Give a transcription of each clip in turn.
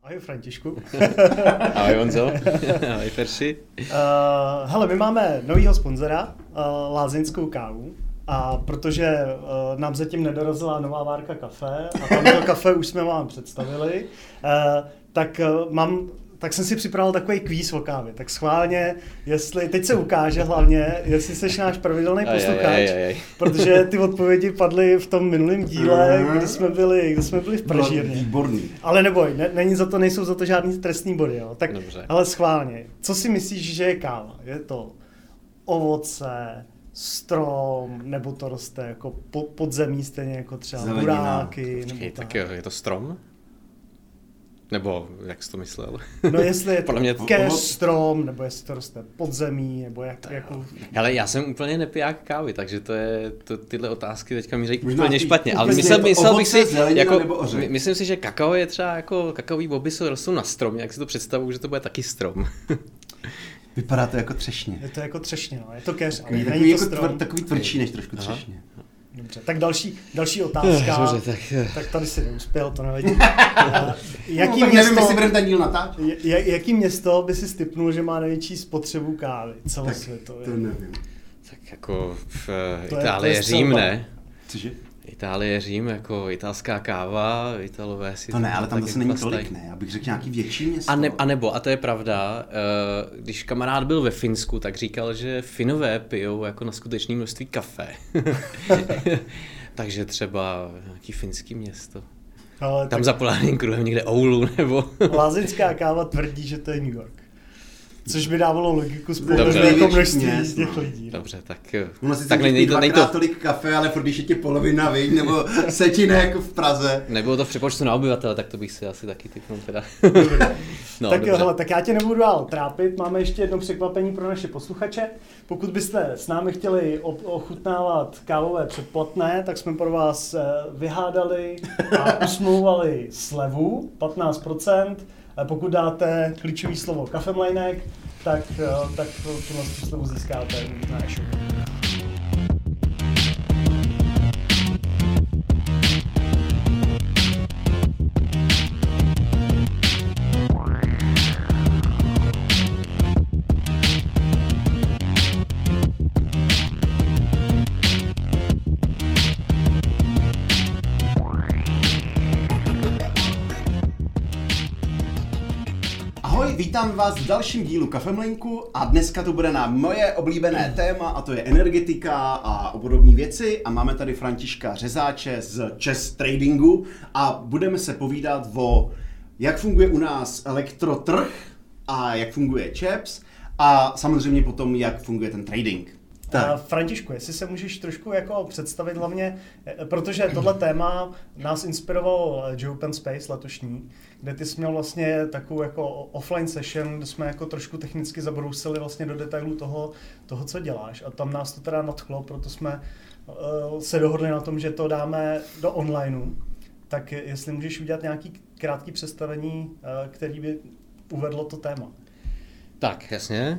Ahoj Františku. Ahoj Honzo. Ahoj Ferši. Hele, my máme novýho sponzora, Lázeňskou kávu. A protože nám zatím nedorazila nová várka kafe a tamto kafe už jsme vám představili, tak jsem si připravil takový kvíz o kávě. Tak schválně, teď se ukáže hlavně, jestli jsi náš pravidelný posluchač, protože ty odpovědi padly v tom minulém díle, kde jsme byli v pražírně. Výborný. Ale neboj, nejsou za to žádný trestný body, jo. Tak, ale schválně, co si myslíš, že je káva? Je to ovoce, strom, nebo to roste jako pod zemí, stejně jako třeba buráky. Počkej, tak jo, je to strom? Nebo jak jsi to myslel? No jestli je to strom, nebo jestli to roste pod zemí, nebo jako... Hele, já jsem úplně nepiják kávy, takže tyhle otázky teďka mi řekl úplně špatně. Ale myslel bych si, myslím si, že kakao je třeba jako kakaový boby rostou na stromě, jak si to představuju, že to bude taky strom. Vypadá to jako třešně. Je to jako třešně, no. Je to keř, ale není to jako strom. Takový tvrdší než trošku třešně. Dobře, tak další otázka. Tak tady si neuspěl, to nevadí. Nevím, jestli budeme ten díl natáčet. Jaký město by si tipnul, že má největší spotřebu kávy celosvětově? To nevím. Tak jako v Itálii Řím, ne? Cože? Itálie, Řím, jako italská káva, Italové si... To ne, ale tam zase není tolik, ne? Já bych řekl nějaký větší město. A to je pravda, když kamarád byl ve Finsku, tak říkal, že Finové pijou jako na skutečné množství kafe. Takže třeba nějaký finský město. Ale tam za polárním kruhem někde Oulu, nebo... Lázeňská káva tvrdí, že to je New York. Což by dávalo logiku spolu jako množství těch lidí. Dobře, tak... Ono si není dvakrát tolik kafe, ale když je ti polovina, viď, nebo setina jako v Praze. Nebylo to v přepočtu na obyvatele, tak to bych si asi taky typnul teda. No, tak jo, hele, tak já tě nebudu dál trápit, máme ještě jedno překvapení pro naše posluchače. Pokud byste s námi chtěli ochutnávat kávové předplatné, tak jsme pro vás vyhádali a usmlouvali slevu 15%. Pokud dáte klíčové slovo kafemlejnek, tak tuhle slevu získáte na e-shopu. Vítám vás v dalším dílu Kafemlejnku a dneska to bude na moje oblíbené téma a to je energetika a podobné věci a máme tady Františka Řezáče z ČEZ Tradingu a budeme se povídat o jak funguje u nás elektrotrh a jak funguje ČEPS a samozřejmě potom jak funguje ten trading. Františku, jestli se můžeš trošku jako představit hlavně, protože tohle téma nás inspiroval Open Space letošní, kde ty jsi měl vlastně takovou jako offline session, kde jsme jako trošku technicky zabrousili vlastně do detailů toho, co děláš a tam nás to teda nadchlo, proto jsme se dohodli na tom, že to dáme do onlineu. Tak jestli můžeš udělat nějaký krátký představení, který by uvedlo to téma. Tak, jasně.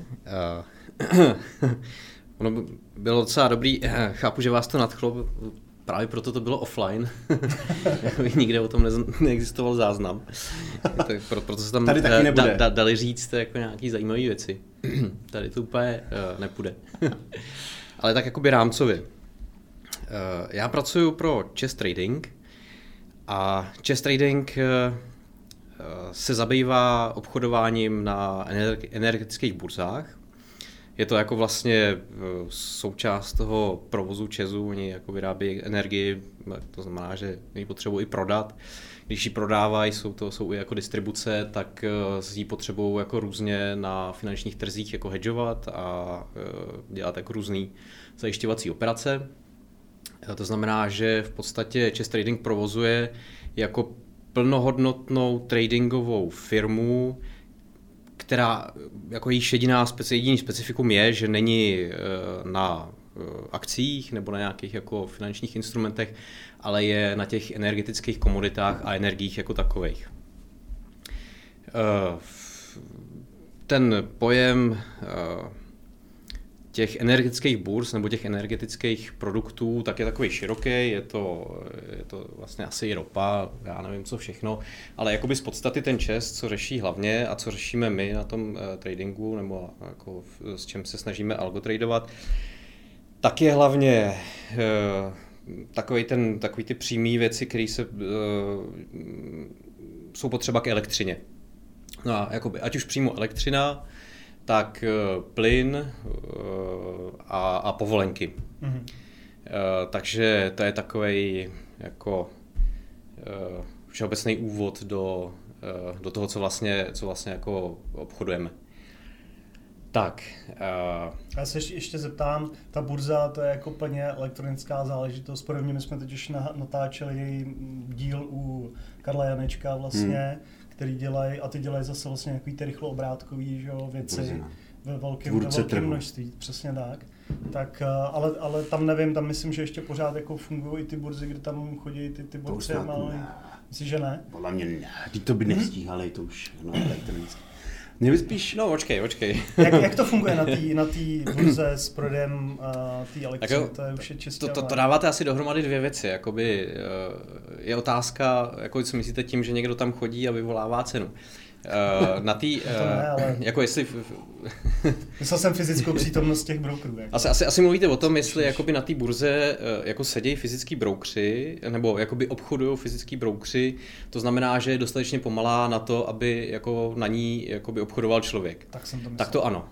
Ono bylo docela dobrý, chápu, že vás to nadchlo, právě proto to bylo offline, nikde o tom neexistoval záznam, proto se tam dali říct jako nějaký zajímavé věci, tady to úplně nepůjde, ale tak jakoby rámcově. Já pracuji pro ČEZ Trading a ČEZ Trading se zabývá obchodováním na energetických burzách. Je to jako vlastně součást toho provozu ČEZu, oni jako vyrábějí energii, to znamená, že ji potřebují i prodat. Když ji prodávají, jsou i jako distribuce, tak ji potřebují jako různě na finančních trzích jako hedžovat a dělat jako různý zajišťovací operace. To znamená, že v podstatě ČEZ Trading provozuje jako plnohodnotnou tradingovou firmu, která jako její jediný specifikum je, že není na akcích nebo na nějakých jako finančních instrumentech, ale je na těch energetických komoditách a energiích jako takových. Ten pojem těch energetických burz nebo těch energetických produktů tak je takový široký, je to vlastně asi i ropa, já nevím co všechno, ale jakoby z podstaty ten ČEZ, co řeší hlavně a co řešíme my na tom tradingu nebo jako s čím se snažíme algotradovat, tak je hlavně takový ty přímý věci, které jsou potřeba k elektřině. No a jakoby, ať už přímo elektřina, tak plyn a povolenky. Mm-hmm. Takže to je takovej jako všeobecný úvod do toho, co vlastně jako obchodujeme. Tak. Já se ještě zeptám, ta burza, to je jako plně elektronická záležitost. Podobně my jsme totiž natáčeli díl u Karla Janečka vlastně, který dělají, a ty dělají zase vlastně nějaký ty rychloobrátkový, že jo, věci ve velkém množství, přesně tak. Tak, ale tam nevím, tam myslím, že ještě pořád jako fungují i ty burzy, kde tam chodí ty borci, ale myslím, že ne? Podle mě ne, to by nestíhali, to už elektronicky. Mě by spíš... No, počkej. Jak to funguje na té burze s prodejem té elektřiny? To je už čistě... To dáváte asi dohromady dvě věci. Jakoby, je otázka, jako co myslíte tím, že někdo tam chodí a vyvolává cenu. Na tý, ale... jako jestli... Myslel jsem fyzickou přítomnost těch brokerů. Jako. Asi mluvíte o tom, jestli jakoby na té burze jako sedějí fyzický broukři, nebo jakoby obchodují fyzický broukři, to znamená, že je dostatečně pomalá na to, aby jako na ní jakoby obchodoval člověk. Tak jsem to myslel. Tak to ano.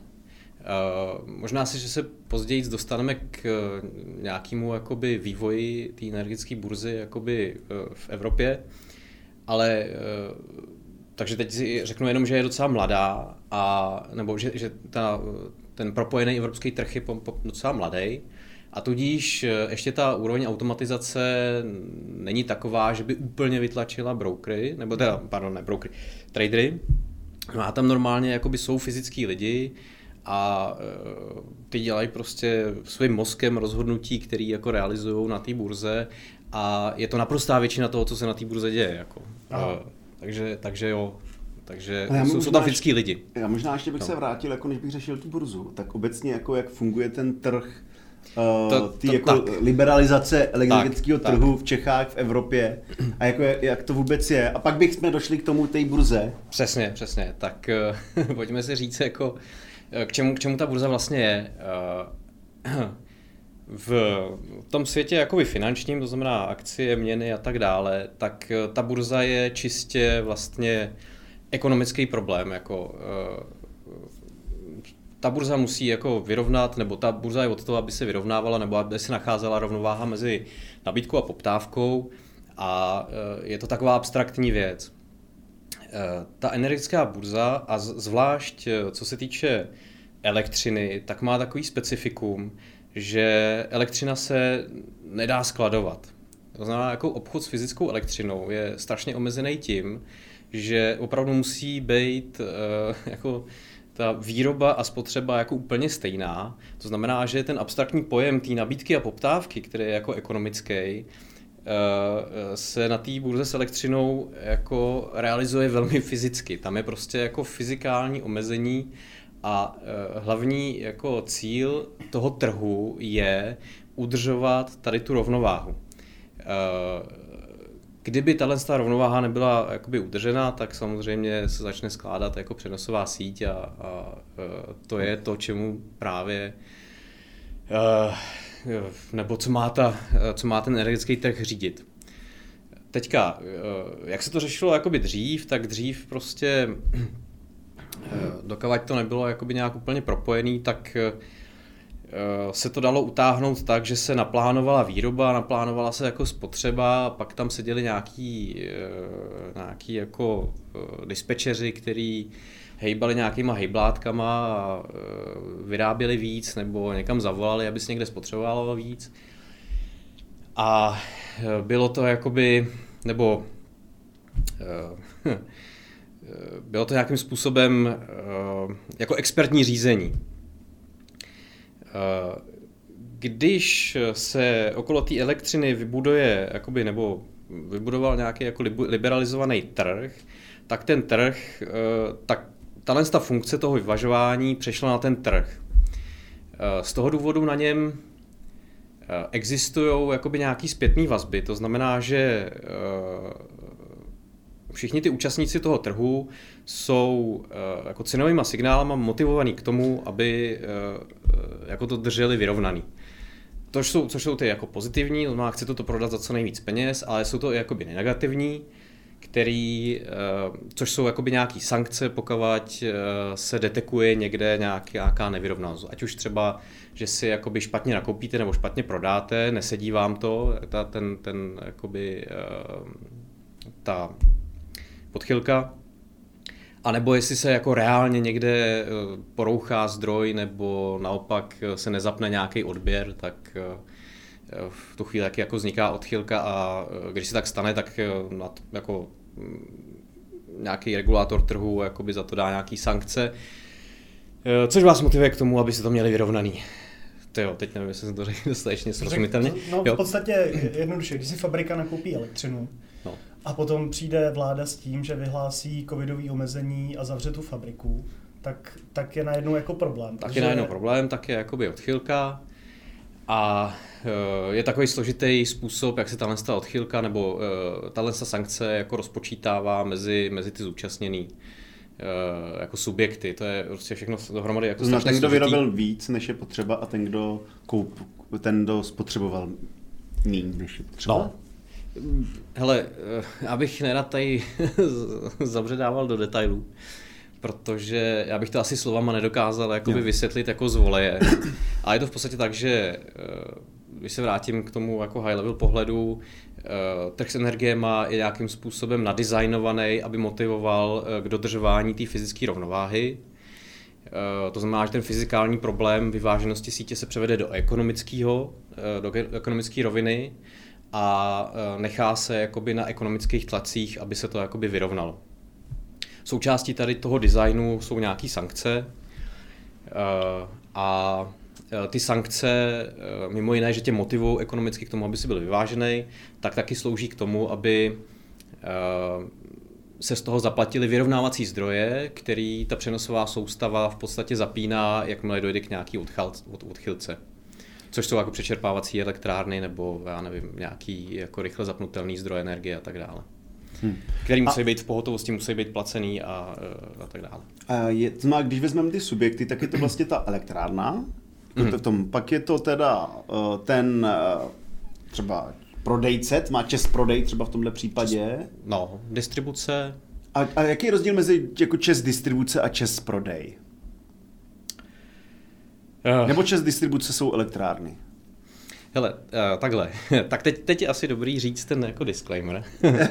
Možná si, že se později dostaneme k nějakému jakoby vývoji té energetické burzy jakoby v Evropě, ale takže teď si řeknu jenom, že je docela mladá, nebo že ten propojený evropský trh je docela mladý a tudíž ještě ta úroveň automatizace není taková, že by úplně vytlačila brokery, nebo teda, pardon, ne brokery, tradery. A tam normálně jakoby jsou fyzický lidi a ty dělají prostě svým mozkem rozhodnutí, které jako realizují na té burze a je to naprostá většina toho, co se na té burze děje. Jako. Takže jo, jsou tam fyzický lidi. Já možná ještě bych se vrátil, jako než bych řešil tu burzu, tak obecně jako jak funguje ten trh, liberalizace energetického trhu v Čechách, v Evropě a jako jak to vůbec je. A pak bychom došli k tomu té burze. Přesně. Tak pojďme si říct, jako, k čemu ta burza vlastně je. V tom světě jakoby finančním, to znamená akcie, měny a tak dále, tak ta burza je čistě vlastně ekonomický problém. Jako, ta burza musí jako vyrovnat, nebo ta burza je od toho, aby se vyrovnávala, nebo aby se nacházela rovnováha mezi nabídkou a poptávkou a je to taková abstraktní věc. Ta energetická burza a zvlášť co se týče elektřiny, tak má takový specifikum, že elektřina se nedá skladovat. To znamená, jako obchod s fyzickou elektřinou je strašně omezený tím, že opravdu musí být jako ta výroba a spotřeba jako úplně stejná. To znamená, že ten abstraktní pojem té nabídky a poptávky, který je jako ekonomický, se na té burze s elektřinou jako realizuje velmi fyzicky. Tam je prostě jako fyzikální omezení a hlavní jako cíl toho trhu je udržovat tady tu rovnováhu. Kdyby tato rovnováha nebyla jakoby udržena, tak samozřejmě se začne skládat jako přenosová síť a to je to, čemu právě nebo co má ten energetický trh řídit. Teďka, jak se to řešilo jakoby dřív, tak dřív prostě dokud to nebylo jakoby nějak úplně propojený, tak se to dalo utáhnout tak, že se naplánovala výroba, naplánovala se jako spotřeba, pak tam seděli nějaký jako dispečeři, který hejbali nějakýma hejblátkama a vyráběli víc nebo někam zavolali, aby se někde spotřebovalo víc. A bylo to jakoby, nebo bylo to nějakým způsobem jako expertní řízení. Když se okolo té elektřiny vybuduje, jakoby, nebo vybudoval nějaký jako liberalizovaný trh, tak ten trh, tak ta funkce toho vyvažování přešla na ten trh. Z toho důvodu na něm existují jakoby nějaký zpětné vazby, to znamená, že všichni ty účastníci toho trhu jsou jako cenovýma signálama motivovaní k tomu, aby jako to drželi vyrovnaný. Což jsou ty jako pozitivní, to znamená, chce to prodat za co nejvíc peněz, ale jsou to i jakoby negativní, což jsou jakoby nějaký sankce, pokud se detekuje někde nějaká nevyrovnanost. Ať už třeba, že si jakoby špatně nakoupíte nebo špatně prodáte, nesedí vám to, ta podchylka, a nebo jestli se jako reálně někde porouchá zdroj nebo naopak se nezapne nějaký odběr, tak v tu chvíli jako vzniká odchylka a když se tak stane, tak jako nějaký regulátor trhu jakoby za to dá nějaký sankce, což vás motivuje k tomu, aby se to měli vyrovnaný. Teď nevím, jestli jsem to řekl dostatečně srozumitelně. No v podstatě jednoduše, když si fabrika nakoupí elektřinu, a potom přijde vláda s tím, že vyhlásí covidové omezení a zavře tu fabriku, tak je najednou jako problém. Tak je najednou problém, tak je jakoby odchylka a je takový složitý způsob, jak se tato odchylka nebo tato sankce jako rozpočítává mezi ty zúčastněný jako subjekty. To je prostě všechno dohromady jako strašně ten, kdo vyrobil víc, než je potřeba, a ten, kdo spotřeboval méně, než je potřeba. No. Hele, abych nerad tady zabředával do detailů, protože já bych to asi slovama nedokázal jakoby vysvětlit jako z voleje. A je to v podstatě tak, že když se vrátím k tomu jako high level pohledu, trh s energiema je nějakým způsobem nadizajnovaný, aby motivoval k dodržování té fyzické rovnováhy. To znamená, že ten fyzikální problém vyváženosti sítě se převede do ekonomické roviny a nechá se jakoby na ekonomických tlacích, aby se to jakoby vyrovnalo. Součástí tady toho designu jsou nějaké sankce a ty sankce, mimo jiné, že tě motivují ekonomicky k tomu, aby si byl vyvážený, tak taky slouží k tomu, aby se z toho zaplatili vyrovnávací zdroje, který ta přenosová soustava v podstatě zapíná, jakmile dojde k nějaký odchylce. Což jsou jako přečerpávací elektrárny nebo já nevím, nějaký jako rychle zapnutelný zdroj energie a tak dále. Který musí být v pohotovosti, musí být placený a tak dále. Když vezmeme ty subjekty, tak je to vlastně ta elektrárna, pak je to teda ten třeba prodejce, má ČEZ prodej třeba v tomhle případě. No, distribuce. A jaký je rozdíl mezi jako ČEZ distribuce a ČEZ prodej? Nebo ČEZ distribuce jsou elektrárny? Hele, takhle. Tak teď je asi dobrý říct ten jako disclaimer,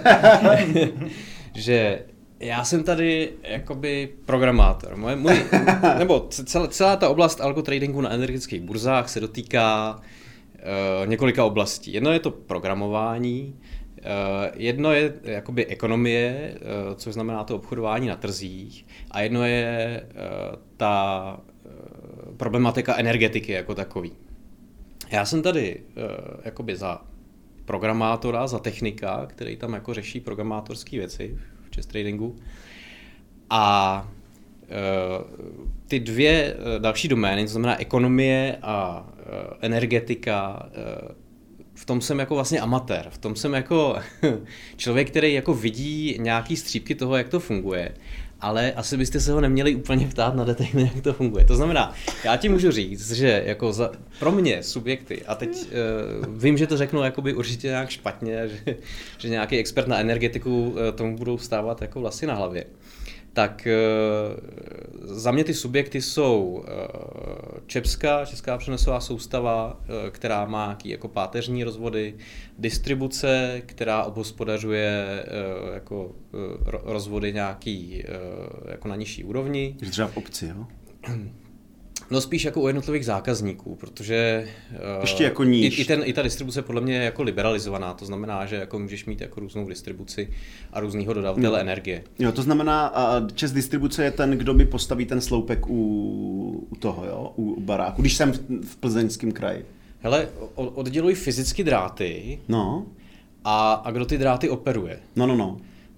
že já jsem tady jakoby programátor. Nebo celá ta oblast algotradingu na energetických burzách se dotýká několika oblastí. Jedno je to programování, jedno je jakoby ekonomie, což znamená to obchodování na trzích, a jedno je ta problematika energetiky jako takový. Já jsem tady jakoby za programátora, za technika, který tam jako řeší programátorské věci v ČEZ tradingu. A ty dvě další domény, to znamená ekonomie a energetika, v tom jsem jako vlastně amatér. V tom jsem jako člověk, který jako vidí nějaký střípky toho, jak to funguje. Ale asi byste se ho neměli úplně ptát na detaily, jak to funguje. To znamená, já ti můžu říct, že jako pro mě subjekty, a teď vím, že to řeknu jakoby určitě nějak špatně, že nějaký expert na energetiku tomu budou vstávat jako vlasy na hlavě. Tak za mě ty subjekty jsou Česká přenosová soustava, která má nějaký jako páteřní rozvody, distribuce, která obhospodařuje jako rozvody nějaký jako na nižší úrovni. Třeba v obci, jo? No spíš jako u jednotlivých zákazníků, protože ještě jako níž. I ta distribuce podle mě je jako liberalizovaná, to znamená, že jako můžeš mít jako různou distribuci a různýho dodavatele energie. Jo, to znamená, ČEZ distribuce je ten, kdo mi postaví ten sloupek u toho, jo, u baráku, když jsem v Plzeňském kraji. Hele, odděluj fyzicky dráty, no. A kdo ty dráty operuje. No.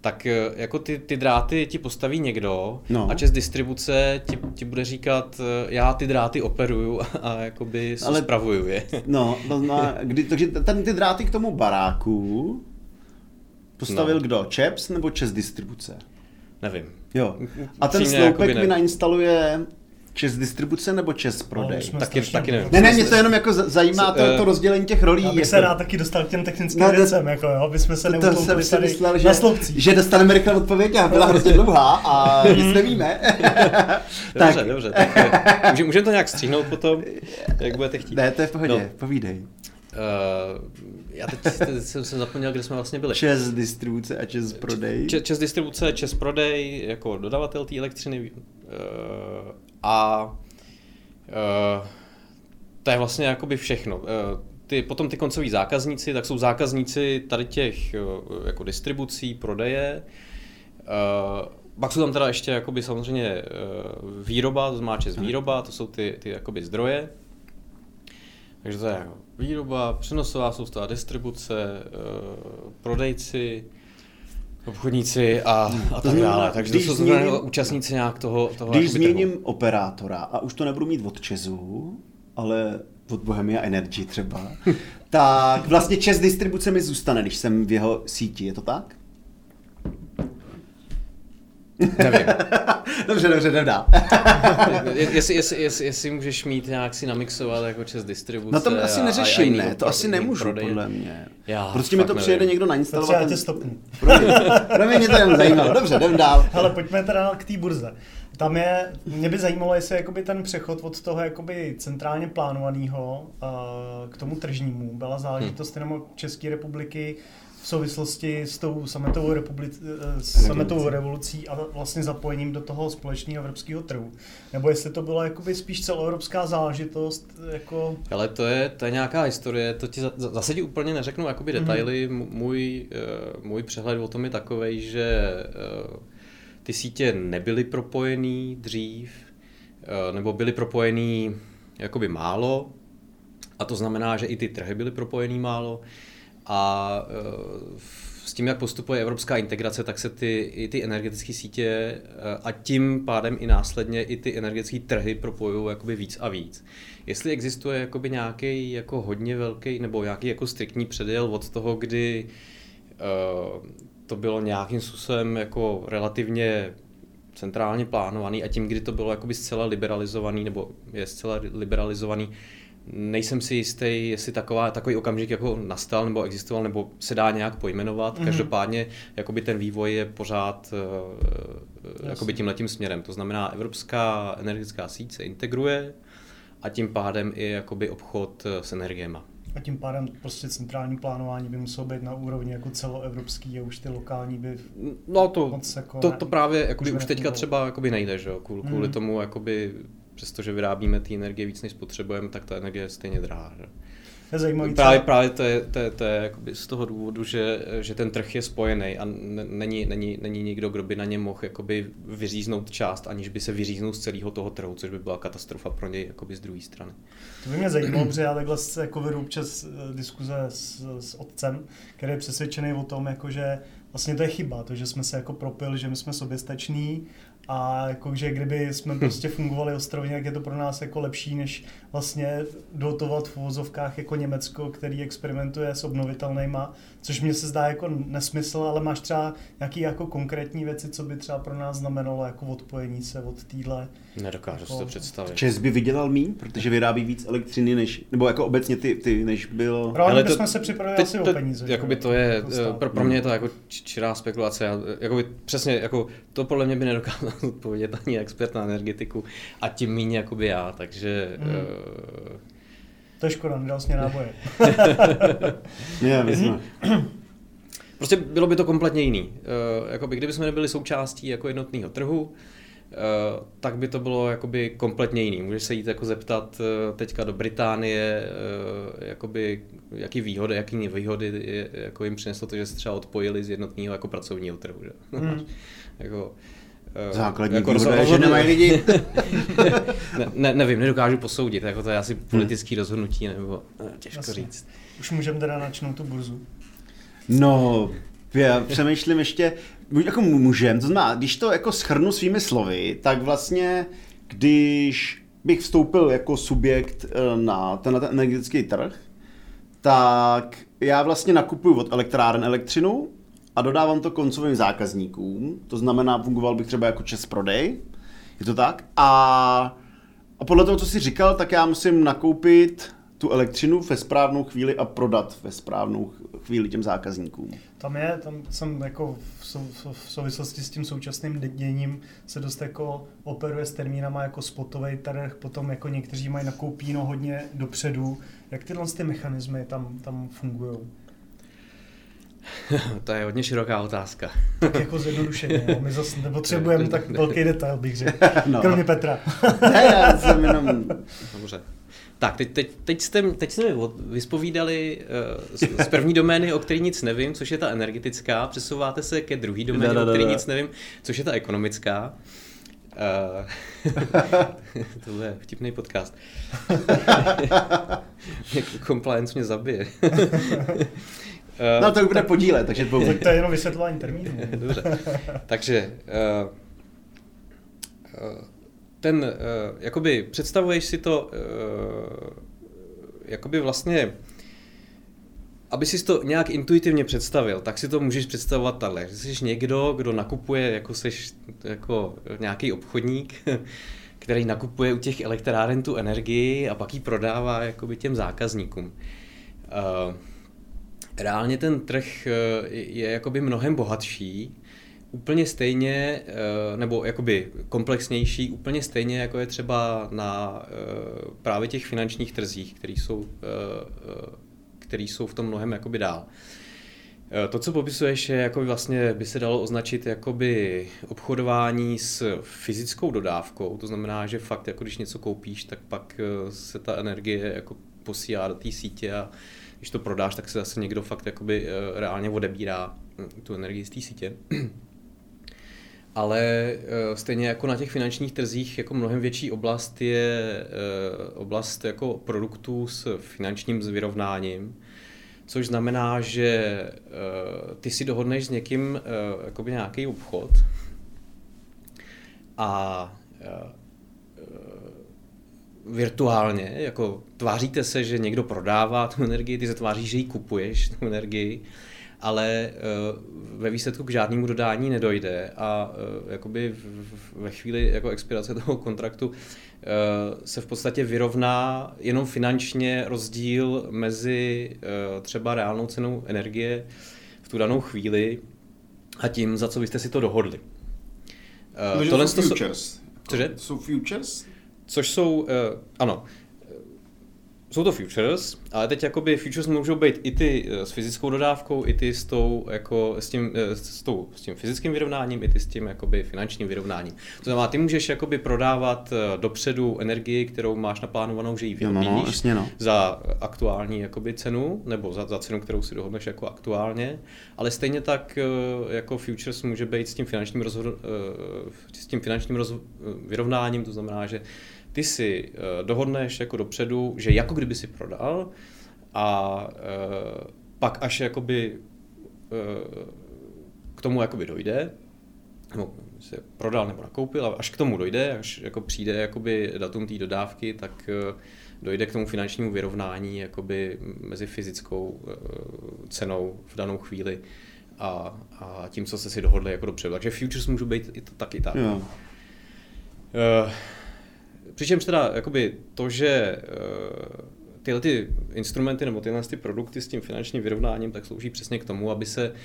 tak jako ty dráty ti postaví někdo a ČEZ distribuce ti bude říkat, já ty dráty operuju a jakoby spravuju je. No, takže ty dráty k tomu baráku postavil kdo? ČEPS nebo ČEZ distribuce? Nevím. Jo. A ten sloupek mi nainstaluje ČEZ distribuce nebo ČEZ prodej? Taky nevím. Ne, mě to jenom jako zajímá to rozdělení těch rolí. Já bych se rád taky dostal k těm technickým věcem, jako jo, aby jsme se neutloupili tady myslel, na sloupcích. Že dostaneme rychle odpověď a byla hrozně dlouhá a nic nevíme. Dobře, tak můžeme to nějak stříhnout potom, jak budete chtít. Ne, to je v pohodě, povídej. Já teď jsem zapomněl, kde jsme vlastně byli. ČEZ distribuce a ČEZ prodej. ČEZ distribuce, ČEZ prodej jako dodavatel té elektřiny a to je vlastně jakoby všechno. Potom ty koncoví zákazníci, tak jsou zákazníci tady těch jako distribucí, prodeje. Pak jsou tam teda ještě jakoby samozřejmě výroba, to znamená ČEZ výroba, to jsou ty jakoby zdroje. Takže to je jako výroba, přenosová soustava, distribuce, prodejci, obchodníci a tak dále. Takže to jsou účastníci nějak toho. Když změním operátora a už to nebudu mít od ČEZu, ale od Bohemia Energy třeba, tak vlastně ČEZ distribuce mi zůstane, když jsem v jeho síti, je to tak? Nevím. Dobře, nedá. Jestli můžeš mít nějak si namixovat jako ČEZ distribuce. No to asi neřeším, ne, to asi nemůžu, podle mě. Prostě mi to přijede někdo nainstalovat. Já tě stopnu. Pro mě to jen zajímalo. Dobře, jdem dál. Ale pojďme teda k té burze. Tam mě by zajímalo, jestli jakoby ten přechod od toho jakoby centrálně plánovaného k tomu tržnímu byla záležitost jenom České republiky v souvislosti s tou sametovou revolucí a vlastně zapojením do toho společného evropského trhu. Nebo jestli to byla jakoby spíš celoevropská záležitost. Jako... Ale to je nějaká historie, to ti zase ti úplně neřeknu jakoby detaily. Můj přehled o tom je takovej, že ty sítě nebyly propojený dřív, nebo byly propojený jakoby málo, a to znamená, že i ty trhy byly propojený málo. A s tím, jak postupuje evropská integrace, tak se i ty energetické sítě a tím pádem i následně i ty energetické trhy propojují jakoby víc a víc. Jestli existuje jakoby nějaký jako hodně velký nebo nějaký jako striktní předěl od toho, kdy to bylo nějakým způsobem jako relativně centrálně plánovaný a tím, kdy to bylo jakoby zcela liberalizovaný nebo je zcela liberalizovaný, nejsem si jistý, jestli takový okamžik jako nastal nebo existoval, nebo se dá nějak pojmenovat. Každopádně jakoby ten vývoj je pořád jakoby tímhletím směrem. To znamená, evropská energetická síť se integruje a tím pádem i jakoby obchod s energiema. A tím pádem prostě centrální plánování by muselo být na úrovni jako celoevropský a už ty lokální by moc jako to právě jakoby už teďka třeba jakoby nejde, že jo? Kvůli tomu jakoby přestože vyrábíme ty energie víc, než spotřebujeme, tak ta energie je stejně drahá. Je zajímavý. Právě to je jakoby z toho důvodu, že ten trh je spojený a není nikdo, kdo by na něm mohl jakoby vyříznout část, aniž by se vyříznul z celého toho trhu, což by byla katastrofa pro něj jakoby z druhé strany. To by mě zajímalo, protože já takhle se jako vedu občas diskuze s otcem, který je přesvědčený o tom, jako, že vlastně to je chyba, to, že jsme se jako propili, že my jsme soběstační a jakože kdyby jsme prostě fungovali ostrovně, tak je to pro nás jako lepší, než vlastně dotovat v uvozovkách jako Německo, který experimentuje s obnovitelnejma, což mně se zdá jako nesmysl, ale máš třeba nějaký jako konkrétní věci, co by třeba pro nás znamenalo jako odpojení se od týhle. Nedokážu si to představit. ČEZ by vydělal míň, protože vyrábí víc elektřiny, nebo jako obecně ty než bylo. Právě bychom se připravili asi o peníze. Jakoby to je, pro mě je to jako čirá spekulace. Jakoby přesně, jako to podle mě by nedokázal odpovědět ani expert na energetiku a tím míň jakoby já, takže... To je škoda, nedal jsi mě náboje. Prostě bylo by to kompletně jiný. Jakoby, kdyby jsme nebyli součástí jako jednotného trhu, tak by to bylo jakoby kompletně jiný. Můžeš se jít jako zeptat teďka do Británie, jakoby, jaký výhody, jaký nevýhody jako jim přineslo to, že se třeba odpojili z jednotného jako pracovního trhu. Že? Jako, základní jako výhoda, že nemají lidi. Nevím, nedokážu posoudit, jako to je asi politické rozhodnutí, nebo těžko říct. Už můžeme teda načnout tu burzu. No, já přemýšlím ještě, jako můžem, to znamená, když to jako shrnu svými slovy, tak vlastně, když bych vstoupil jako subjekt na ten energetický trh, tak já vlastně nakupuju od elektráren elektřinu a dodávám to koncovým zákazníkům, to znamená, fungoval bych třeba jako ČEZ prodej, je to tak? A podle toho, co jsi říkal, tak já musím nakoupit tu elektřinu ve správnou chvíli a prodat ve správnou chvíli těm zákazníkům. Tam jsem jako v souvislosti s tím současným děním se dost jako operuje s termínama jako spotový trh, potom jako někteří mají nakoupíno hodně dopředu. Jak tyhle ty mechanismy tam fungují? To je hodně široká otázka. Tak jako zjednodušeně, my zase nepotřebujeme tak velký detail, bych řekl. No. Kromě Petra. Ne, já jsem jenom... Dobře. Tak, teď jste mi vyspovídali z první domény, o který nic nevím, což je ta energetická, přesouváte se ke druhý doméně, o který nic nevím, což je ta ekonomická. To je vtipný podcast. Compliance mě zabije. No to bude podílet, takže to je jenom vysvětlování termínů. Dobře, takže jakoby představuješ si to, jakoby vlastně, aby si to nějak intuitivně představil, tak si to můžeš představovat takhle, že jsi někdo, kdo nakupuje, jako seš jako nějaký obchodník, který nakupuje u těch elektráren tu energii a pak ji prodává jakoby těm zákazníkům. Reálně ten trh je jakoby mnohem bohatší, úplně stejně, nebo jakoby komplexnější, úplně stejně, jako je třeba na právě těch finančních trzích, který jsou v tom mnohem jakoby dál. To, co popisuješ, je jakoby vlastně by se dalo označit jakoby obchodování s fyzickou dodávkou, to znamená, že fakt, jako když něco koupíš, tak pak se ta energie jako posílá do té sítě a když to prodáš, tak se zase někdo fakt jakoby reálně odebírá tu energii z té sítě. Ale stejně jako na těch finančních trzích jako mnohem větší oblast je oblast jako produktů s finančním vyrovnáním, což znamená, že ty si dohodneš s někým jakoby nějaký obchod a virtuálně, jako tváříte se, že někdo prodává tu energii, ty se tváříš, že ji kupuješ, tu energii, ale ve výsledku k žádnému dodání nedojde a jakoby ve chvíli jako expirace toho kontraktu se v podstatě vyrovná jenom finančně rozdíl mezi třeba reálnou cenou energie v tu danou chvíli a tím, za co byste si to dohodli. Tohle jsou futures. Cože? Jsou futures? Což jsou, ano, jsou to futures, ale teď jakoby futures můžou být i ty s fyzickou dodávkou, i ty s tím fyzickým vyrovnáním, i ty s tím jakoby finančním vyrovnáním. To znamená, ty můžeš jakoby prodávat dopředu energii, kterou máš naplánovanou, že ji vyrobíš za aktuální jakoby cenu, nebo za cenu, kterou si dohodneš jako aktuálně, ale stejně tak jako futures může být s tím finančním vyrovnáním, to znamená, že ty si dohodneš jako dopředu, že jako kdyby si prodal a pak až jakoby k tomu jakoby dojde, nebo se prodal nebo nakoupil, a až k tomu dojde, až jako přijde jakoby datum té dodávky, tak dojde k tomu finančnímu vyrovnání jakoby mezi fyzickou cenou v danou chvíli a tím, co jste si dohodli jako dopředu. Takže futures můžou být i taky tak. Yeah. Přičemž teda jakoby to, že tyhle ty instrumenty nebo tyhle ty produkty s tím finančním vyrovnáním tak slouží přesně k tomu, aby se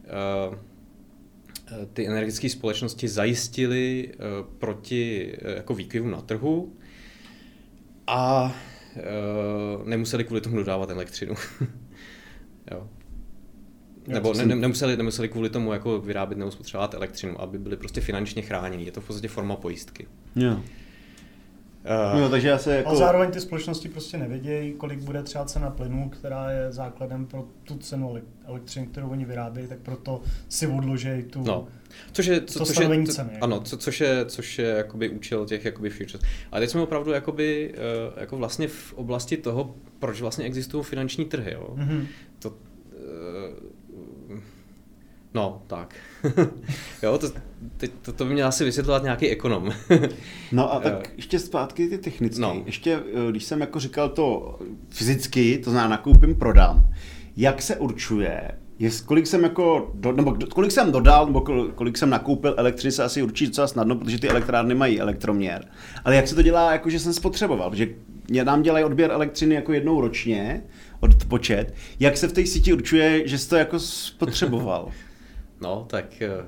ty energetické společnosti zajistily proti jako výkyvům na trhu a nemuseli kvůli tomu dodávat elektřinu. Jo. Nebo nemuseli kvůli tomu jako vyrábět nebo spotřebovat elektřinu, aby byli prostě finančně chráněni. Je to v podstatě forma pojistky. Yeah. Takže a zároveň ty společnosti prostě nevědějí, kolik bude třeba cena plynu, která je základem pro tu cenu elektřiny, kterou oni vyrábějí, tak proto si odložejí tu stanovení ceny. Ano, což je jakoby účel těch jakoby futures. Ale teď jsme opravdu jakoby, jako vlastně v oblasti toho, proč vlastně existují finanční trhy. Jo? Mm-hmm. No, tak. Jo, to by měl asi vysvětlovat nějaký ekonom. No a tak ještě zpátky ty technicky. No. Ještě, když jsem jako říkal to fyzicky, to znamená nakoupím, prodám. Jak se určuje, kolik jsem jako, nebo kolik jsem dodal, nebo kolik jsem nakoupil elektřiny, se asi určí docela snadno, protože ty elektrárny mají elektroměr. Ale jak se to dělá, jako že jsem spotřeboval? Protože nám dělají odběr elektřiny jako jednou ročně, odpočet. Jak se v té síti určuje, že jsi to jako spotřeboval? No, tak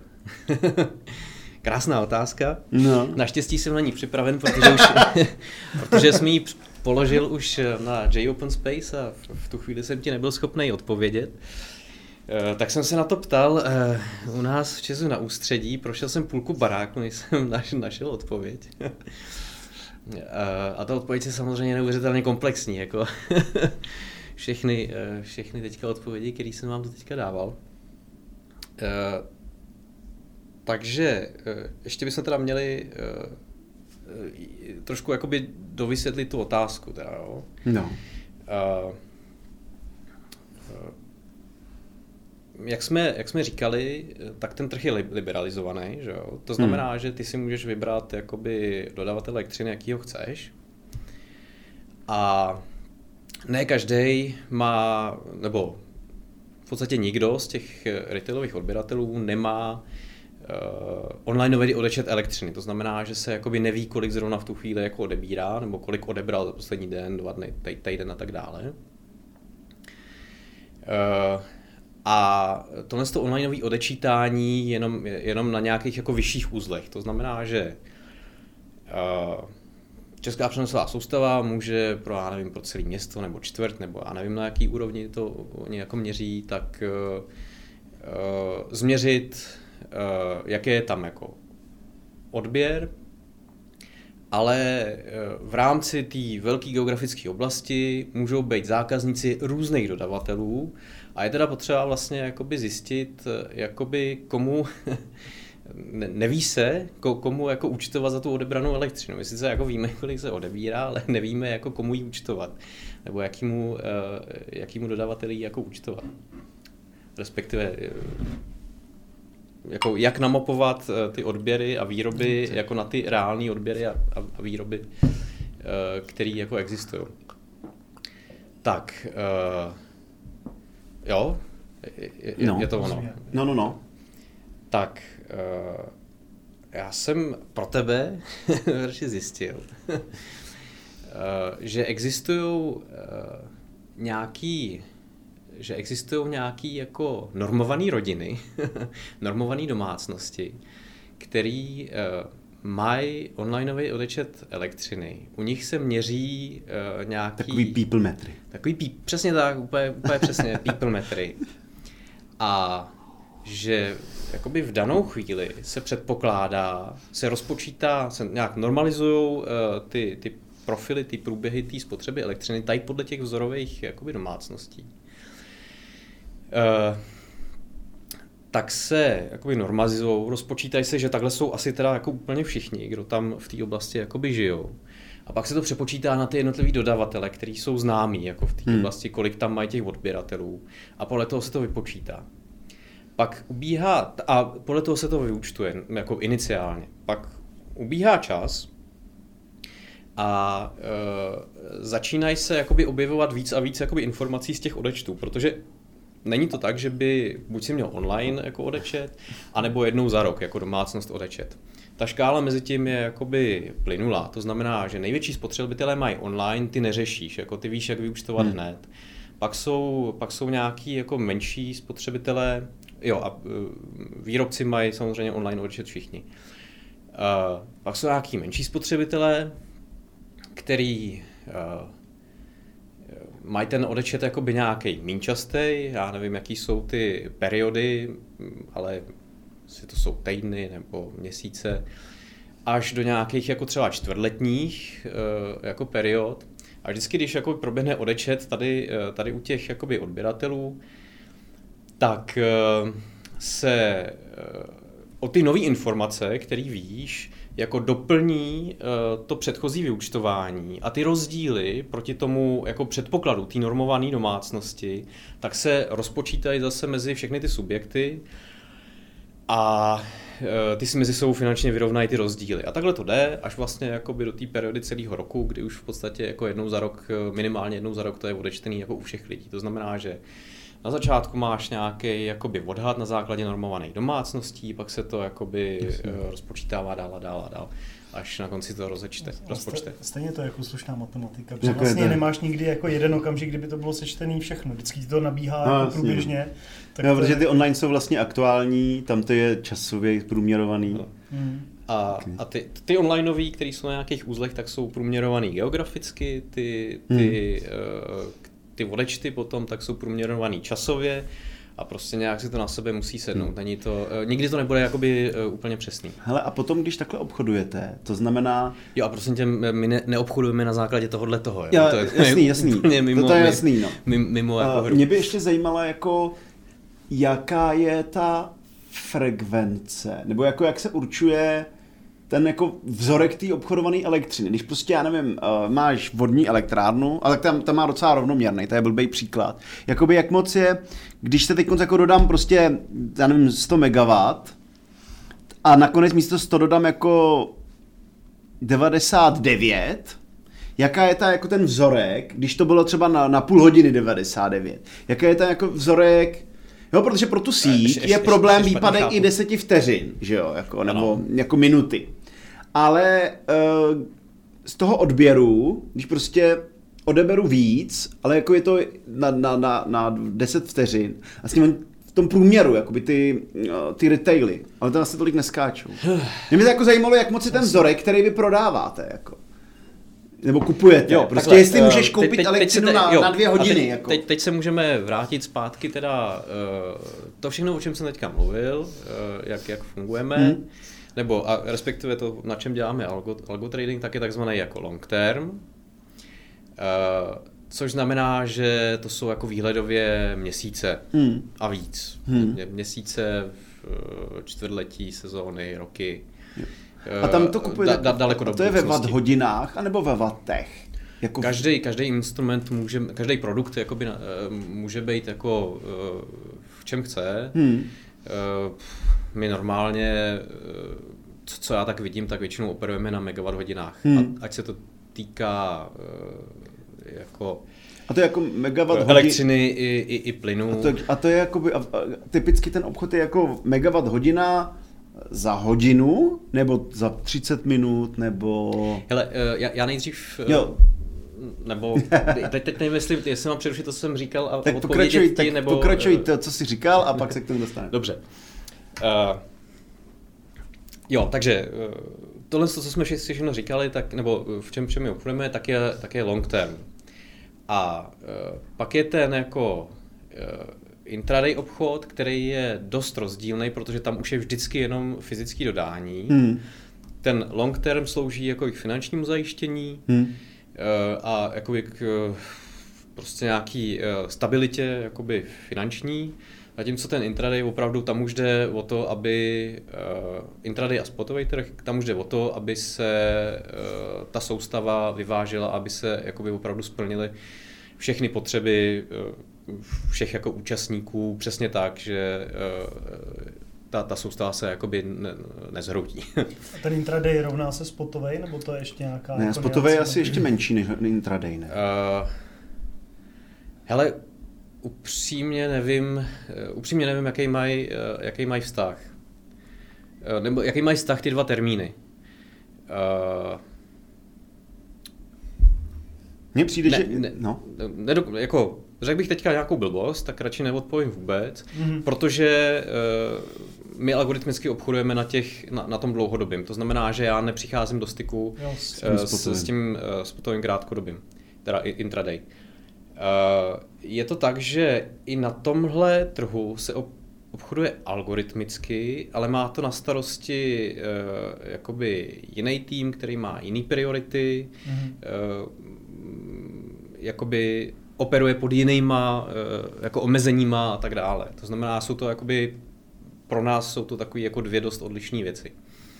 krásná otázka. No. Naštěstí jsem na ní připraven, protože jsem ji položil už na JOpenSpace a v tu chvíli jsem ti nebyl schopný odpovědět. Tak jsem se na to ptal u nás v Česu na Ústředí, prošel jsem půlku baráku, než jsem našel odpověď. A ta odpověď je samozřejmě neuvěřitelně komplexní, jako všechny teďka odpovědi, které jsem vám to teďka dával. Takže ještě bychom teda měli trošku jakoby dovysvětlit tu otázku. Teda, jo? No. Jak jsme říkali, tak ten trh je liberalizovaný, že jo? To znamená, že ty si můžeš vybrat jakoby dodavatel elektřiny, jakýho chceš. A ne každý má, nebo v podstatě nikdo z těch retailových odběratelů nemá onlineový odečet elektřiny. To znamená, že se jakoby neví, kolik zrovna v tu chvíli jako odebírá, nebo kolik odebral za poslední den, 2 dny, týden a tak dále. A tohle onlineové odečítání jenom na nějakých jako vyšších uzlech. To znamená, že Česká přenosová soustava může pro, já nevím, pro celé město nebo čtvrt, nebo já nevím, na jaký úrovni to oni jako měří, tak změřit, jaký je tam jako odběr, ale v rámci té velké geografické oblasti můžou být zákazníci různých dodavatelů a je teda potřeba vlastně jakoby zjistit, jakoby komu neví se, komu jako účtovat za tu odebranou elektřinu. My sice jako víme, kolik se odebírá, ale nevíme, jako komu ji účtovat, nebo jakýmu dodavateli jako účtovat. Respektive jako jak namapovat ty odběry a výroby jako na ty reální odběry a výroby, které jako existují. Tak, jo, je to ono. No. Tak, já jsem pro tebe zjistil, že existují nějaký jako normované rodiny, normované domácnosti, který mají onlineový odečet elektřiny. U nich se měří nějaký... Takový people metry. Přesně tak, úplně přesně, people metry. A že jakoby v danou chvíli se předpokládá, se rozpočítá, se nějak normalizujou ty profily, ty průběhy té spotřeby elektřiny tady podle těch vzorových jakoby domácností. Tak se jakoby normalizujou, rozpočítají se, že takhle jsou asi teda jako úplně všichni, kdo tam v té oblasti jakoby žijou. A pak se to přepočítá na ty jednotlivý dodavatele, kteří jsou známí jako v té oblasti, kolik tam mají těch odběratelů. A podle toho se to vypočítá. Pak ubíhá, a podle toho se to vyúčtuje, jako iniciálně. Pak ubíhá čas a začínají se jakoby objevovat víc a víc jakoby informací z těch odečtů, protože není to tak, že by buď si měl online jako odečet, anebo jednou za rok jako domácnost odečet. Ta škála mezi tím je jakoby plynulá, to znamená, že největší spotřebitelé mají online, ty neřešíš, jako ty víš, jak vyúčtovat hned. Pak jsou nějaký jako menší spotřebitelé, jo, a výrobci mají samozřejmě online odečet všichni. Pak jsou nějaký menší spotřebitelé, který mají ten odečet jakoby nějaký méně častý, já nevím, jaký jsou ty periody, ale jestli to jsou týdny nebo měsíce, až do nějakých jako třeba čtvrtletních jako period. A vždycky, když jako proběhne odečet tady u těch jakoby odběratelů, tak se o ty nové informace, které víš, jako doplní to předchozí vyúčtování a ty rozdíly proti tomu jako předpokladu té normované domácnosti, tak se rozpočítají zase mezi všechny ty subjekty a ty si mezi sebou finančně vyrovnají ty rozdíly. A takhle to jde až vlastně jakoby do té periody celého roku, kdy už v podstatě jako jednou za rok, minimálně jednou za rok to je odečtený jako u všech lidí. To znamená, že na začátku máš nějaký jakoby odhad na základě normovaných domácností, pak se to jakoby rozpočítává dál a dál, až na konci to rozpočte. Stejně to je jako slušná matematika, protože vlastně nemáš nikdy jako jeden okamžik, kdyby to bylo sečtený všechno. Vždycky to nabíhá jako průběžně. Tak protože ty online jsou vlastně aktuální, tam to je časově průměrovaný. No. A ty onlineový, které jsou na nějakých uzlech, tak jsou průměrovaný geograficky, ty odečty potom tak jsou průměrovaný časově a prostě nějak si to na sebe musí sednout. Nikdy to nebude jakoby úplně přesný. Hele, a potom, když takhle obchodujete, to znamená... Jo, a prosím tě, my neobchodujeme na základě tohohle toho. Jo, to je jasný. To je jasný, no. Mimo jako hru. Mě by ještě zajímalo, jako, jaká je ta frekvence, nebo jako jak se určuje ten jako vzorek té obchodované elektřiny. Když prostě, já nevím, máš vodní elektrárnu, ale tam má docela rovnoměrný, to je blbej příklad. Jakoby jak moc je, když se teď jako dodám prostě, já nevím, 100 MW a nakonec místo 100 dodám jako 99, jaká je ta jako ten vzorek, když to bylo třeba na půl hodiny 99, jaká je ten jako vzorek. Jo, protože pro tu síť je problém výpadek i 10 vteřin, že jo, jako, nebo jako minuty. Ale z toho odběru, když prostě odeberu víc, ale jako je to na 10 vteřin a s tím v tom průměru, jakoby ty retaily, ale to vlastně tolik neskáčou. Mě by to jako zajímalo, jak moc je ten vzorek, který vy prodáváte, jako. Nebo kupujete. Jo, prostě jestli můžeš koupit elektřinu na 2 hodiny. Teď se můžeme vrátit zpátky teda to všechno, o čem jsem teďka mluvil, jak fungujeme, nebo a respektive to, na čem děláme algo trading, tak je takzvaný jako long term, což znamená, že to jsou jako výhledově měsíce a víc. Měsíce, čtvrtletí, sezóny, roky. A tam to kupujete, daleko do to je ve watt hodinách, anebo ve wattech? Jako každý instrument každý produkt jakoby, může být jako v čem chce. My normálně, co já tak vidím, tak většinou operujeme na megawatt hodinách. Ať se to týká jako... A to je jako megawatt elektřiny i plynu. A to je jakoby, typicky ten obchod je jako megawatt hodina za hodinu, nebo za 30 minut, nebo... Hele, já nejdřív... Nebo teď nevím, jestli mám přerušit to, co jsem říkal a tak odpovědět ti, nebo... pokračuj to, co jsi říkal a pak se k tomu dostaneme. Dobře. Jo, takže tohle, co jsme všechno říkali, tak, nebo v čem my obchodujeme, tak je long term. A pak je ten jako intraday obchod, který je dost rozdílný, protože tam už je vždycky jenom fyzické dodání. Ten long term slouží jako k finančnímu zajištění a jako k prostě nějaký stabilitě jakoby finanční. Zatímco ten intraday opravdu tam už jde o to, aby intraday a spotový trh, tam už jde o to, aby se ta soustava vyvážela, aby se jakoby opravdu splnily všechny potřeby všech jako účastníků přesně tak, že ta soustava se jakoby nezhroutí. A ten intraday rovná se spotovej, nebo to je ještě nějaká... Ne, spotovej je asi ještě menší než intraday, ne? Hele, upřímně nevím, jaký mají vztah. Nebo jaký mají vztah ty dva termíny. Mně přijde, že... Jako, řekl bych teďka nějakou blbost, tak radši neodpovím vůbec, protože my algoritmicky obchodujeme na tom dlouhodobým. To znamená, že já nepřicházím do styku s tím spotovým krátkodobým, teda intraday. Je to tak, že i na tomhle trhu se obchoduje algoritmicky, ale má to na starosti jakoby jiný tým, který má jiný priority, jakoby operuje pod jinýma jako omezeníma a tak dále. To znamená, jsou to jakoby, pro nás jsou to takové jako dvě dost odlišné věci.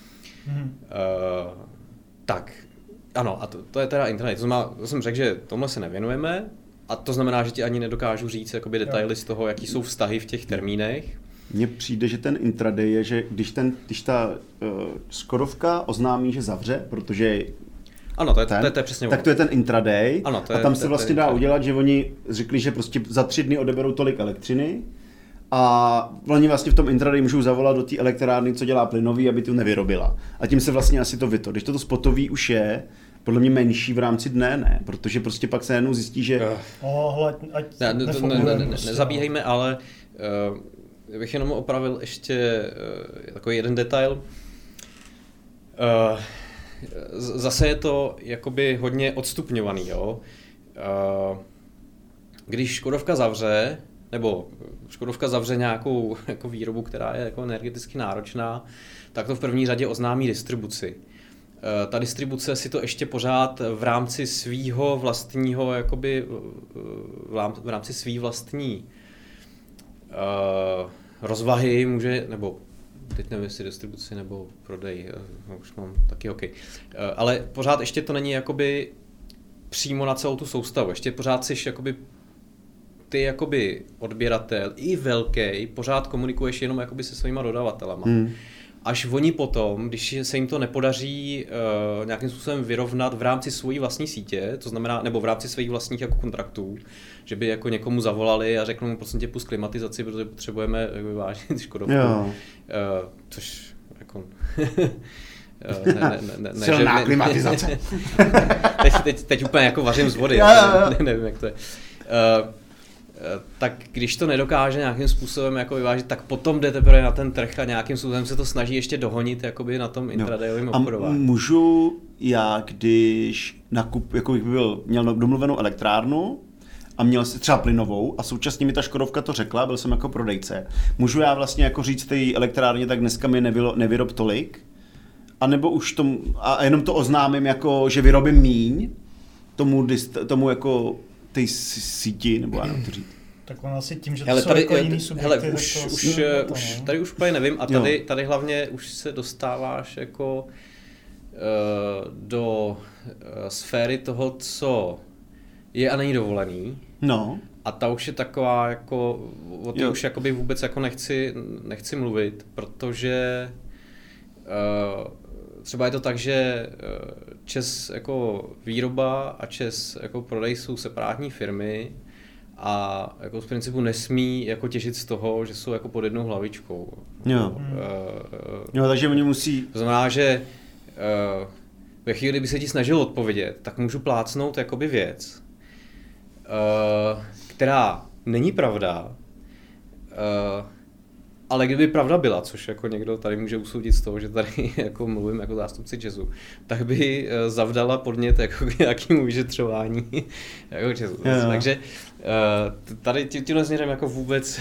Tak, ano, a to je teda internet. To znamená, to jsem řekl, že tomhle se nevěnujeme, a to znamená, že ti ani nedokážu říct jakoby detaily z toho, jaký jsou vztahy v těch termínech. Mně přijde, že ten intraday je, že když ta Škodovka oznámí, že zavře, protože ano, to je přesně tak to je ten intraday. Ano, a tam se vlastně dá udělat, že oni řekli, že prostě za 3 dny odeberou tolik elektřiny a oni vlastně v tom intraday můžou zavolat do té elektrárny, co dělá plynový, aby tu nevyrobila. A tím se vlastně asi to vyto. Když to spotový už je, podle mě menší v rámci dne, ne, protože prostě pak se jednou zjistí, že... Nezabíhejme, ale bych jenom opravil ještě takový jeden detail. Zase je to jakoby hodně odstupňovaný, jo. Když Škodovka zavře, nebo Škodovka zavře nějakou jako výrobu, která je jako energeticky náročná, tak to v první řadě oznámí distribuci. Ta distribuce si to ještě pořád v rámci svýho vlastního, jakoby v rámci svý vlastní rozvahy může, nebo teď nevím, jestli distribuci nebo prodej, už mám taky OK. Ale pořád ještě to není jakoby přímo na celou tu soustavu, ještě pořád jsi jakoby ty jakoby odběratel i velký, pořád komunikuješ jenom jakoby se svýma dodavatelama. Až oni potom, když se jim to nepodaří nějakým způsobem vyrovnat v rámci svojí vlastní sítě, to znamená, nebo v rámci svých vlastních jako kontraktů, že by jako někomu zavolali a řeknou mu prosím tě pust klimatizaci, protože potřebujeme vyvážit Škodovku. Což jako... Silná klimatizace. teď úplně jako vařím z vody, nevím jak to je. Tak když to nedokáže nějakým způsobem jako vyvážit, tak potom jde teprve na ten trh a nějakým způsobem se to snaží ještě dohonit jakoby na tom intradayovém obchodování. A můžu já, když jako bych měl domluvenou elektrárnu a měl si třeba plynovou a současně mi ta Škodovka to řekla, byl jsem jako prodejce, můžu já vlastně jako říct té elektrárně, tak dneska mi nevyrob tolik, anebo už a jenom to oznámím jako, že vyrobím míň tomu jako tej síti, nebo já nevím to říct. Tak ono asi tím, že to jsou jako jiný subjekty, už tady už úplně nevím a tady hlavně už se dostáváš jako do sféry toho, co je a není dovolený. No. A ta už je taková jako, o té už jakoby vůbec jako nechci mluvit, protože třeba je to tak, že ČEZ jako výroba a ČEZ jako prodej jsou separátní firmy a jako z principu nesmí jako těžit z toho, že jsou jako pod jednou hlavičkou. Takže oni musí... To znamená, že ve chvíli, kdyby se ti snažil odpovědět, tak můžu plácnout jakoby věc, která není pravda, ale kdyby pravda byla, což jako někdo tady může usoudit z toho, že tady jako mluvím jako zástupci ČEZu, tak by zavdala podnět jako k nějakému vyšetřování jako ČEZu. Takže tady tímhle směrem jako vůbec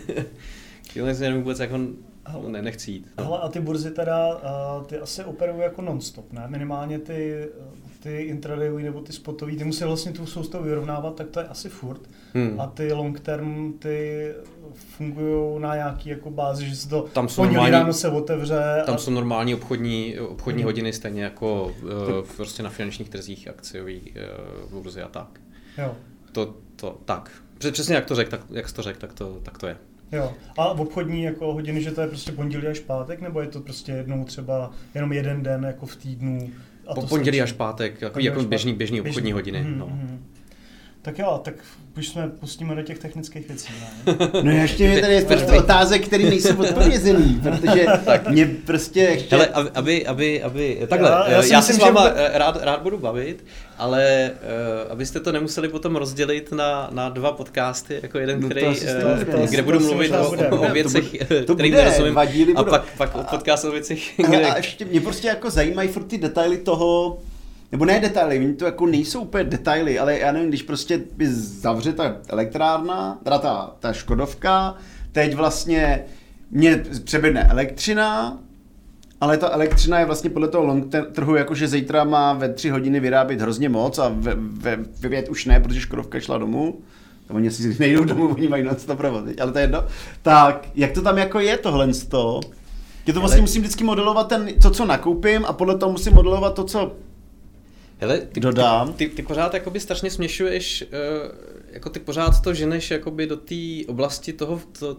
jako nechci jít. Hele, a ty burzy teda, ty asi operují jako non-stop, ne? Minimálně ty intradayový nebo ty spotový, ty musí vlastně tu soustavu vyrovnávat, tak to je asi furt. A ty long term, ty fungují na nějaký jako bázi, že se to pondělí ráno se otevře. Tam jsou normální obchodní hodiny, stejně jako prostě na finančních trzích, akciový burzy a tak. Jo. To tak. Přesně jak jsi to řekl, tak to je. Jo. A v obchodní jako hodiny, že to je prostě pondělí až pátek, nebo je to prostě jednou třeba jenom jeden den jako v týdnu? Pondělí až pátek, jako běžný obchodní hodiny. Tak jo, tak už pustíme do těch technických věcí. Ne? No ještě je tady spousta otázek, které nejsou odpovězený, protože mě prostě ještě... Hele, aby takhle, já se s váma rád budu bavit, ale abyste to nemuseli potom rozdělit na 2 podcasty, jako jeden, kde budu mluvit o věcech, kterým nerozumím, a pak podcast o věcech, a ještě mě prostě jako zajímají furt ty detaily toho, nebo ne detaily, oni to jako nejsou úplně detaily, ale já nevím, když prostě by zavře ta elektrárna, teda ta Škodovka, teď vlastně mě přeběhne elektřina, ale ta elektřina je vlastně podle toho long trhu, jakože zítra má ve 3 hodiny vyrábět hrozně moc a ve 5 už ne, protože Škodovka šla domů. Oni si nejdou domů, oni mají noc to provod, ale to je jedno. Tak, jak to tam jako je tohle z toho? Já to vlastně musím vždycky modelovat to, co nakoupím a podle toho musím modelovat to, co dodám. Ty pořád jakoby strašně směšuješ, jako ty pořád to ženeš jakoby do té oblasti toho,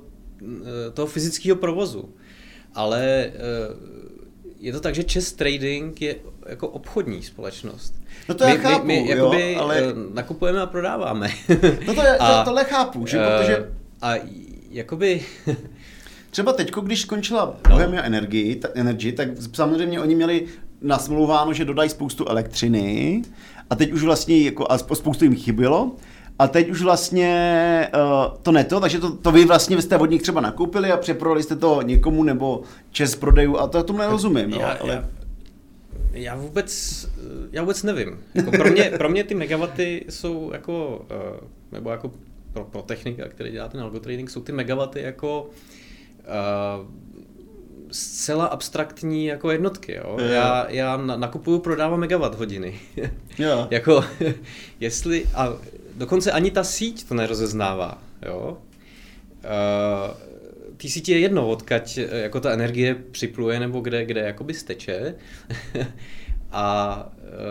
toho fyzického provozu. Ale je to tak, že Chess Trading je jako obchodní společnost. No to já chápu, my jakoby jo, ale... nakupujeme a prodáváme. No tohle chápu, že protože... A jakoby... Třeba teďko, když skončila Bohemia Energy, tak samozřejmě oni měli nasmlouváno, že dodají spoustu elektřiny a teď už vlastně, jako, a spoustu jim chybělo, a teď už vlastně takže to vy vlastně jste od nich třeba nakoupili a přeprodali jste to někomu nebo ČEZ prodejů a to tomu nerozumím. Já vůbec nevím. Jako pro mě ty megawaty jsou jako, nebo jako pro technika, který dělá ten algotrading, jsou ty megawaty jako zcela abstraktní jako jednotky. Jo? Já nakupuju, prodávám megawatt hodiny. Jako, jestli, a dokonce ani ta síť to nerozeznává. Jo? Té síti je jedno, odkud jako ta energie připluje nebo kde jakoby steče. A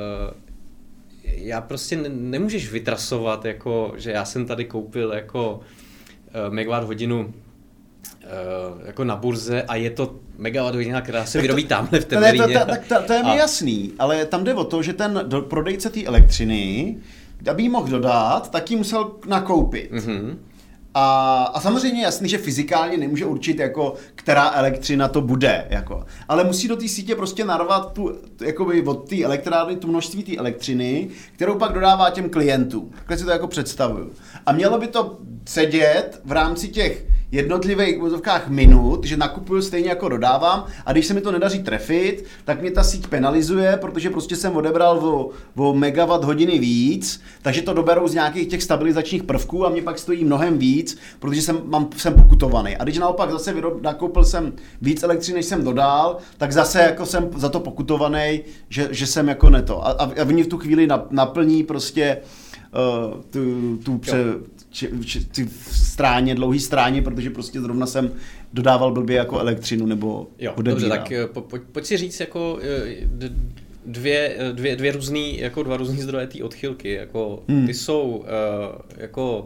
já prostě nemůžeš vytrasovat, jako, že já jsem tady koupil jako megawatt hodinu jako na burze a je to megawatt hodina, která se vyrobí tamhle v Temelíně. To je mi jasný, ale tam jde o to, že ten prodejce té elektřiny, aby ji mohl dodat, tak ji musel nakoupit. Mm-hmm. A samozřejmě jasný, že fyzikálně nemůže určit, jako, která elektřina to bude. Jako. Ale musí do té sítě prostě narvat od té elektrárny tu množství té elektřiny, kterou pak dodává těm klientům. Takhle si to jako představuju. A mělo by to sedět v rámci těch jednotlivých vozovkách minut, že nakupuju stejně jako dodávám a když se mi to nedaří trefit, tak mě ta síť penalizuje, protože prostě jsem odebral o megawatt hodiny víc, takže to doberou z nějakých těch stabilizačních prvků a mě pak stojí mnohem víc, protože jsem pokutovaný. A když naopak zase nakoupil jsem víc elektřiny, než jsem dodal, tak zase jako jsem za to pokutovaný, že jsem jako neto. A oni v tu chvíli naplní prostě dlouhý stráně, protože prostě zrovna jsem dodával blbě jako elektřinu nebo dobře, tak pojď si říct jako dva různý zdroje té odchylky, jako ty jsou jako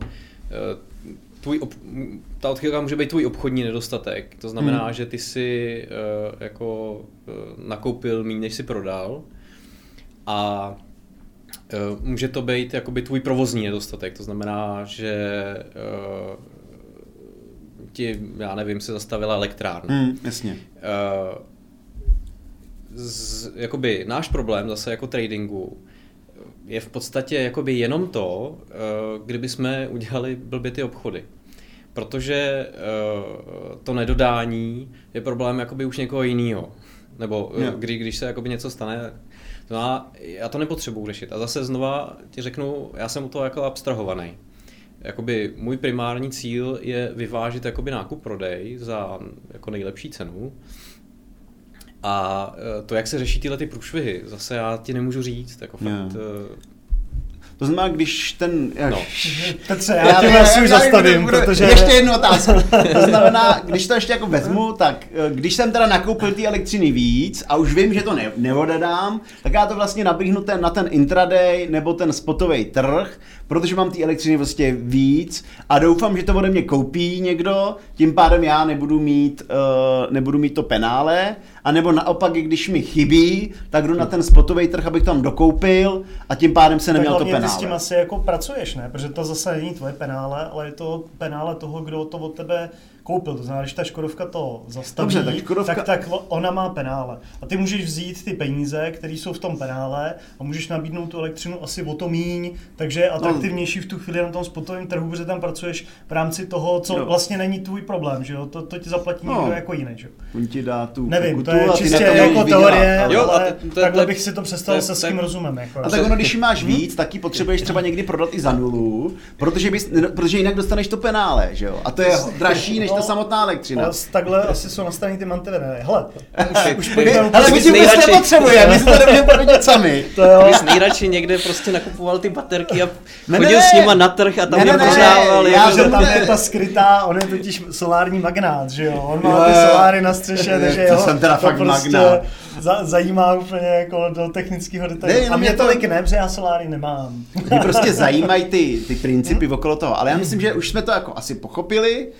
ta odchylka může být tvůj obchodní nedostatek, to znamená, že ty si jako nakoupil méně, než si prodal a může to být jakoby tvůj provozní nedostatek, to znamená, že ti, já nevím, se zastavila elektrárna. Jasně. Jakoby náš problém zase jako tradingu je v podstatě jakoby jenom to, kdyby jsme udělali blbě ty obchody. Protože to nedodání je problém jakoby už někoho jiného. Nebo když se jakoby něco stane, já to nepotřebuji řešit. A zase znova ti řeknu, já jsem u toho jako abstrahovaný. Jakoby můj primární cíl je vyvážit jakoby nákup prodej za jako nejlepší cenu. A to, jak se řeší tyhle ty průšvihy, zase já ti nemůžu říct. Jako fakt, to znamená, když ten... Petře, já tě asi zastavím, protože... Ještě jednu otázku. To znamená, když to ještě jako vezmu, tak když jsem teda nakoupil ty elektřiny víc a už vím, že to neodedám, tak já to vlastně nabíhnu na ten intraday nebo ten spotový trh, protože mám ty elektřiny vlastně víc a doufám, že to ode mě koupí někdo, tím pádem já nebudu mít to penále, a nebo naopak, když mi chybí, tak jdu na ten spotový trh, abych tam dokoupil a tím pádem se neměl to penále. Ty s tím asi jako pracuješ, ne? Protože to zase není tvoje penále, ale je to penále toho, kdo to od tebe koupil. To znamená, když ta Škodovka to zastaví, dobře, tak ona má penále. A ty můžeš vzít ty peníze, které jsou v tom penále a můžeš nabídnout tu elektřinu asi o to míň, takže je atraktivnější v tu chvíli na tom spotovém trhu, protože tam pracuješ v rámci toho, co vlastně není tvůj problém, že jo? To ti zaplatí někdo jako jiný, že jo? On ti dá tu nevím, to je čistě jako teorie, ale takhle bych si to představil se s tím rozumem. Jako. A tak ono, když máš víc, tak ji potřebuješ třeba někdy prodat i za nulu, protože jinak dostaneš to penále, že jo? A to je dražší než ta samotná elektřina. Takhle asi jsou nastavený ty mantinely. Hele, už ale my si vůbec nepotřebujeme, my si to nebudeme povědět sami. Ty bys nejradši někde prostě nakupoval ty baterky a chodil s nima na trh a tam je prodával. Že tam je ta skrytá, on je totiž solární magnát, že jo? On má ty soláry na střeše, takže jeho jsem teda fakt prostě zajímá úplně jako do technického detailu. A mě tolik ne, protože já soláry nemám. Mě prostě zajímají ty principy okolo toho, ale já myslím, že už jsme to jako asi pochopili.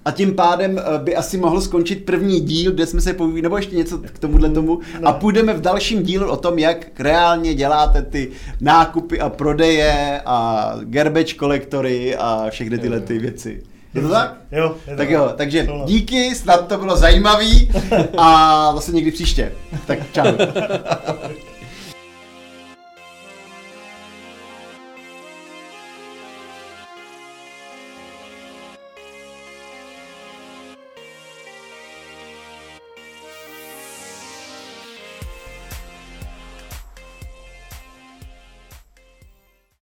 A tím pádem by asi mohl skončit první díl, kde jsme se povídali, nebo ještě něco k tomuhle tomu. A půjdeme v dalším dílu o tom, jak reálně děláte ty nákupy a prodeje a garbage kolektory a všechny tyhle ty věci. Je to tak? Jo. Tak jo, takže díky, snad to bylo zajímavý a zase někdy příště. Tak čau.